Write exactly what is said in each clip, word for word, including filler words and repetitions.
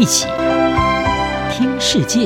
一起听世界。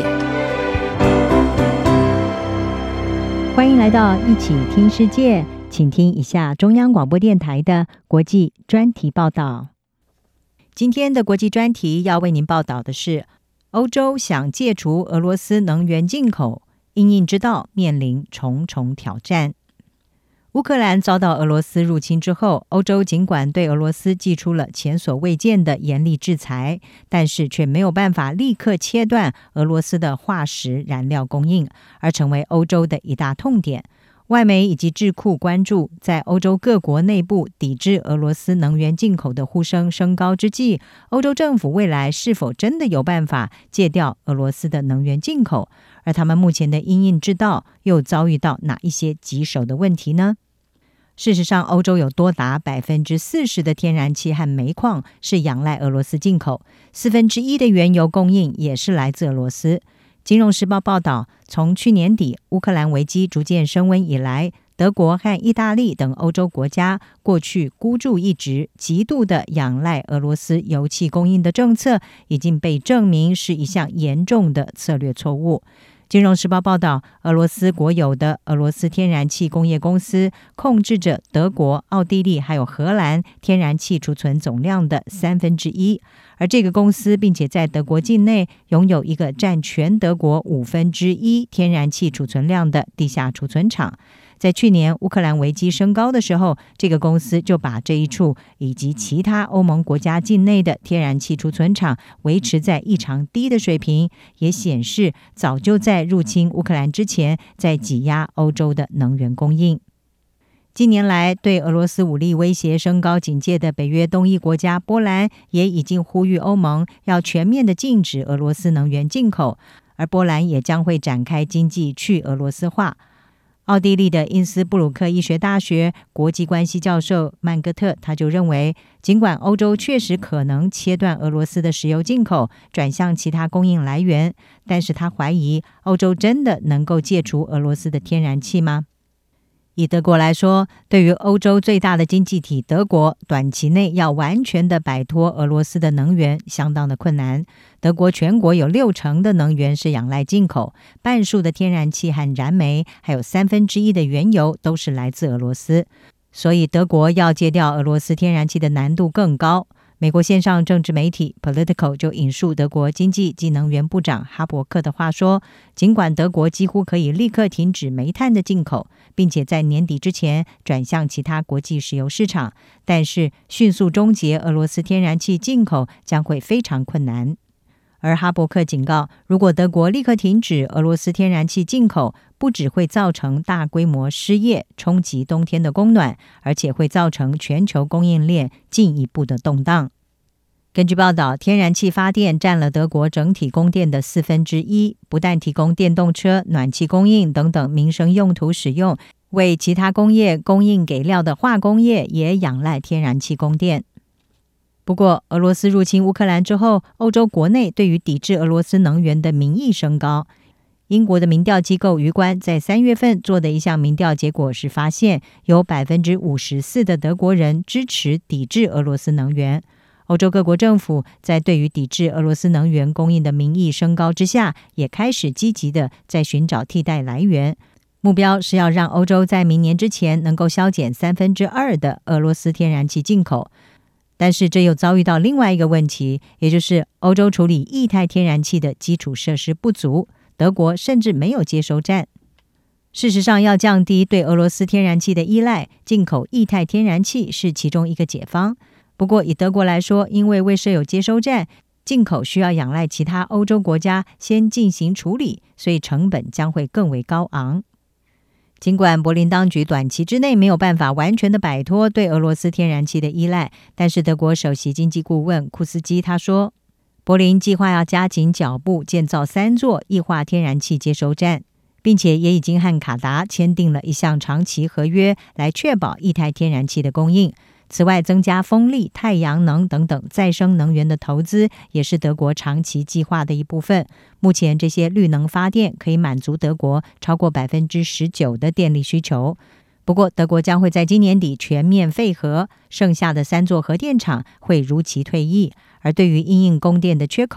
欢迎来到一起听世界，请听一下中央广播电台的国际专题报道。今天的国际专题要为您报道的是，欧洲想戒除俄罗斯能源进口，因应之道面临重重挑战。乌克兰遭到俄罗斯入侵之后，欧洲尽管对俄罗斯祭出了前所未见的严厉制裁，但是却没有办法立刻切断俄罗斯的化石燃料供应，而成为欧洲的一大痛点。外媒以及智库关注，在欧洲各国内部抵制俄罗斯能源进口的呼声升高之际，欧洲政府未来是否真的有办法戒掉俄罗斯的能源进口？而他们目前的因应之道又遭遇到哪一些棘手的问题呢？事实上，欧洲有多达百分之四十的天然气和煤矿是仰赖俄罗斯进口，四分之一的原油供应也是来自俄罗斯。金融时报报道，从去年底乌克兰危机逐渐升温以来，德国和意大利等欧洲国家过去孤注一掷、极度的仰赖俄罗斯油气供应的政策，已经被证明是一项严重的策略错误。金融时报报道，俄罗斯国有的俄罗斯天然气工业公司控制着德国、奥地利还有荷兰天然气储存总量的三分之一，而这个公司并且在德国境内拥有一个占全德国五分之一天然气储存量的地下储存厂。在去年乌克兰危机升高的时候，这个公司就把这一处以及其他欧盟国家境内的天然气储存厂维持在异常低的水平，也显示早就在入侵乌克兰之前在挤压欧洲的能源供应。近年来，对俄罗斯武力威胁升高警戒的北约东翼国家波兰也已经呼吁欧盟要全面的禁止俄罗斯能源进口，而波兰也将会展开经济去俄罗斯化。奥地利的因斯布鲁克医学大学国际关系教授曼戈特他就认为，尽管欧洲确实可能切断俄罗斯的石油进口，转向其他供应来源，但是他怀疑欧洲真的能够戒除俄罗斯的天然气吗？以德国来说，对于欧洲最大的经济体德国，短期内要完全的摆脱俄罗斯的能源相当的困难。德国全国有六成的能源是仰赖进口，半数的天然气和燃煤，还有三分之一的原油都是来自俄罗斯。所以德国要戒掉俄罗斯天然气的难度更高。美国线上政治媒体 Politico 就引述德国经济及能源部长哈伯克的话说，尽管德国几乎可以立刻停止煤炭的进口，并且在年底之前转向其他国际石油市场，但是迅速终结俄罗斯天然气进口将会非常困难。而哈伯克警告，如果德国立刻停止俄罗斯天然气进口，不只会造成大规模失业，冲击冬天的供暖，而且会造成全球供应链进一步的动荡。根据报道，天然气发电占了德国整体供电的四分之一，不但提供电动车、暖气供应等等民生用途使用，为其他工业供应给料的化工业也仰赖天然气供电。不过，俄罗斯入侵乌克兰之后，欧洲国内对于抵制俄罗斯能源的民意升高。英国的民调机构余观在三月份做的一项民调结果是发现，有 百分之五十四 的德国人支持抵制俄罗斯能源。欧洲各国政府在对于抵制俄罗斯能源供应的民意升高之下，也开始积极的在寻找替代来源。目标是要让欧洲在明年之前能够削减三分之二的俄罗斯天然气进口。但是这又遭遇到另外一个问题，也就是欧洲处理液态天然气的基础设施不足，德国甚至没有接收站。事实上，要降低对俄罗斯天然气的依赖，进口液态天然气是其中一个解方。不过以德国来说，因为未设有接收站，进口需要仰赖其他欧洲国家先进行处理，所以成本将会更为高昂。尽管柏林当局短期之内没有办法完全的摆脱对俄罗斯天然气的依赖，但是德国首席经济顾问库斯基他说，柏林计划要加紧脚步建造三座液化天然气接收站，并且也已经和卡达签订了一项长期合约，来确保液态天然气的供应。此外，增加风力、太阳能等等再生能源的投资也是德国长期计划的一部分。目前这些绿能发电可以满足德国超过 百分之十九 的电力需求。不过德国将会在今年底全面废核，剩下的三座核电厂会如期退役。而对于因应供电的缺口，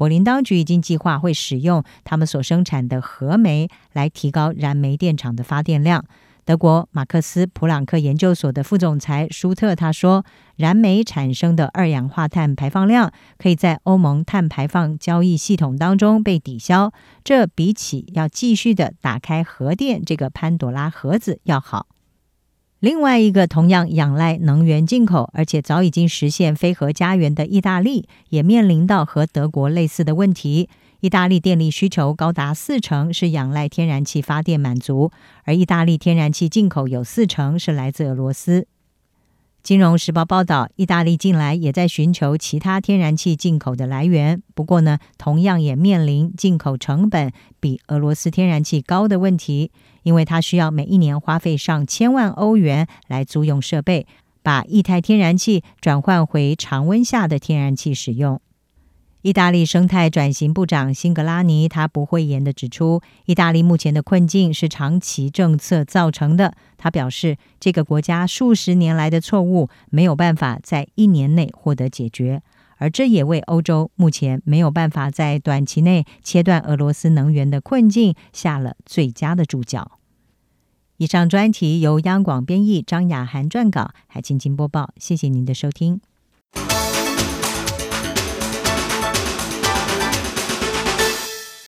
柏林当局已经计划会使用他们所生产的核煤来提高燃煤电厂的发电量。德国马克思普朗克研究所的副总裁舒特他说，燃煤产生的二氧化碳排放量可以在欧盟碳排放交易系统当中被抵消，这比起要继续的打开核电这个潘朵拉盒子要好。另外一个同样仰赖能源进口，而且早已经实现非核家园的意大利，也面临到和德国类似的问题。意大利电力需求高达四成是仰赖天然气发电满足，而意大利天然气进口有四成是来自俄罗斯。金融时报报道，意大利近来也在寻求其他天然气进口的来源，不过呢，同样也面临进口成本比俄罗斯天然气高的问题，因为它需要每一年花费上千万欧元来租用设备，把液态天然气转换回常温下的天然气使用。意大利生态转型部长辛格拉尼他不讳言地指出，意大利目前的困境是长期政策造成的。他表示，这个国家数十年来的错误没有办法在一年内获得解决，而这也为欧洲目前没有办法在短期内切断俄罗斯能源的困境下了最佳的注脚。以上专题由央广编译，张雅涵撰稿，海清清播报。谢谢您的收听。